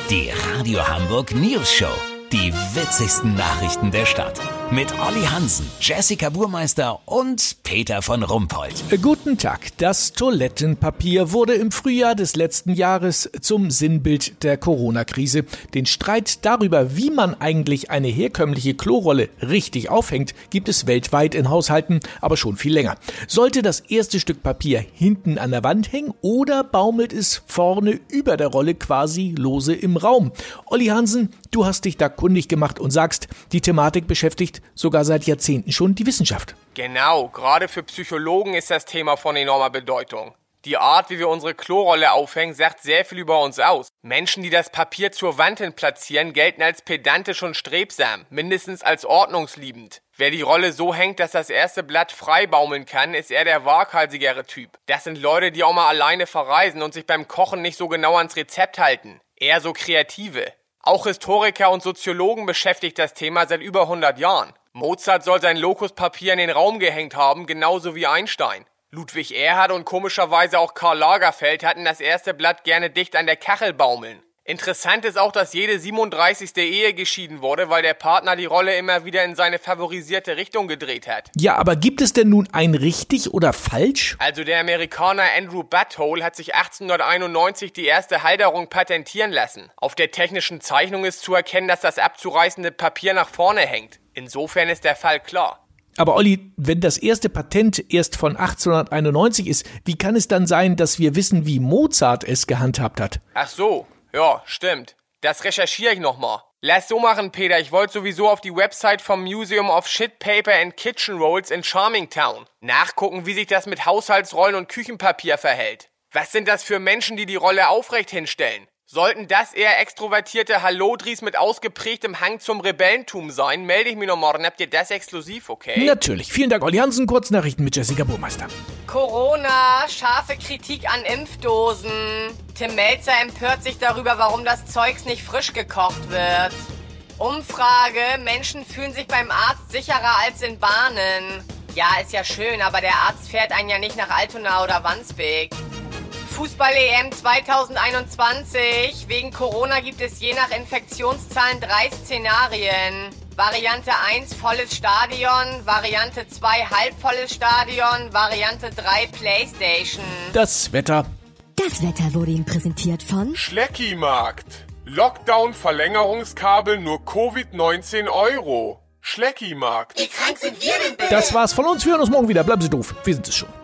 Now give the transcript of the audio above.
Die Radio Hamburg News Show. Die witzigsten Nachrichten der Stadt. Mit Olli Hansen, Jessica Burmeister und Peter von Rumpold. Guten Tag. Das Toilettenpapier wurde im Frühjahr des letzten Jahres zum Sinnbild der Corona-Krise. Den Streit darüber, wie man eigentlich eine herkömmliche Klorolle richtig aufhängt, gibt es weltweit in Haushalten, aber schon viel länger. Sollte das erste Stück Papier hinten an der Wand hängen oder baumelt es vorne über der Rolle quasi lose im Raum? Olli Hansen, du hast dich da kundig gemacht und sagst, die Thematik beschäftigt sogar seit Jahrzehnten schon die Wissenschaft. Genau, gerade für Psychologen ist das Thema von enormer Bedeutung. Die Art, wie wir unsere Klorolle aufhängen, sagt sehr viel über uns aus. Menschen, die das Papier zur Wand hin platzieren, gelten als pedantisch und strebsam, mindestens als ordnungsliebend. Wer die Rolle so hängt, dass das erste Blatt frei baumeln kann, ist eher der waghalsigere Typ. Das sind Leute, die auch mal alleine verreisen und sich beim Kochen nicht so genau ans Rezept halten. Eher so Kreative. Auch Historiker und Soziologen beschäftigt das Thema seit über 100 Jahren. Mozart soll sein Lokuspapier in den Raum gehängt haben, genauso wie Einstein. Ludwig Erhard und komischerweise auch Karl Lagerfeld hatten das erste Blatt gerne dicht an der Kachel baumeln. Interessant ist auch, dass jede 37. Ehe geschieden wurde, weil der Partner die Rolle immer wieder in seine favorisierte Richtung gedreht hat. Ja, aber gibt es denn nun ein richtig oder falsch? Also der Amerikaner Andrew Butthole hat sich 1891 die erste Halterung patentieren lassen. Auf der technischen Zeichnung ist zu erkennen, dass das abzureißende Papier nach vorne hängt. Insofern ist der Fall klar. Aber Olli, wenn das erste Patent erst von 1891 ist, wie kann es dann sein, dass wir wissen, wie Mozart es gehandhabt hat? Ach so. Ja, stimmt. Das recherchiere ich nochmal. Lass so machen, Peter. Ich wollte sowieso auf die Website vom Museum of Shit Paper and Kitchen Rolls in Charmingtown nachgucken, wie sich das mit Haushaltsrollen und Küchenpapier verhält. Was sind das für Menschen, die die Rolle aufrecht hinstellen? Sollten das eher extrovertierte Hallodris mit ausgeprägtem Hang zum Rebellentum sein, melde ich mich noch morgen. Habt ihr das exklusiv, okay? Natürlich. Vielen Dank, Olli Hansen. Kurznachrichten mit Jessica Burmeister. Corona, scharfe Kritik an Impfdosen. Tim Melzer empört sich darüber, warum das Zeugs nicht frisch gekocht wird. Umfrage, Menschen fühlen sich beim Arzt sicherer als in Bahnen. Ja, ist ja schön, aber der Arzt fährt einen ja nicht nach Altona oder Wandsbek. Fußball-EM 2021. Wegen Corona gibt es je nach Infektionszahlen 3 Szenarien. Variante 1 volles Stadion, Variante 2 halbvolles Stadion, Variante 3 Playstation. Das Wetter. Das Wetter wurde Ihnen präsentiert von Schleckimarkt. Lockdown-Verlängerungskabel nur Covid-19 €. Schleckimarkt. Wie krank sind wir denn bitte? Das war's von uns. Wir hören uns morgen wieder. Bleiben Sie doof. Wir sind es schon.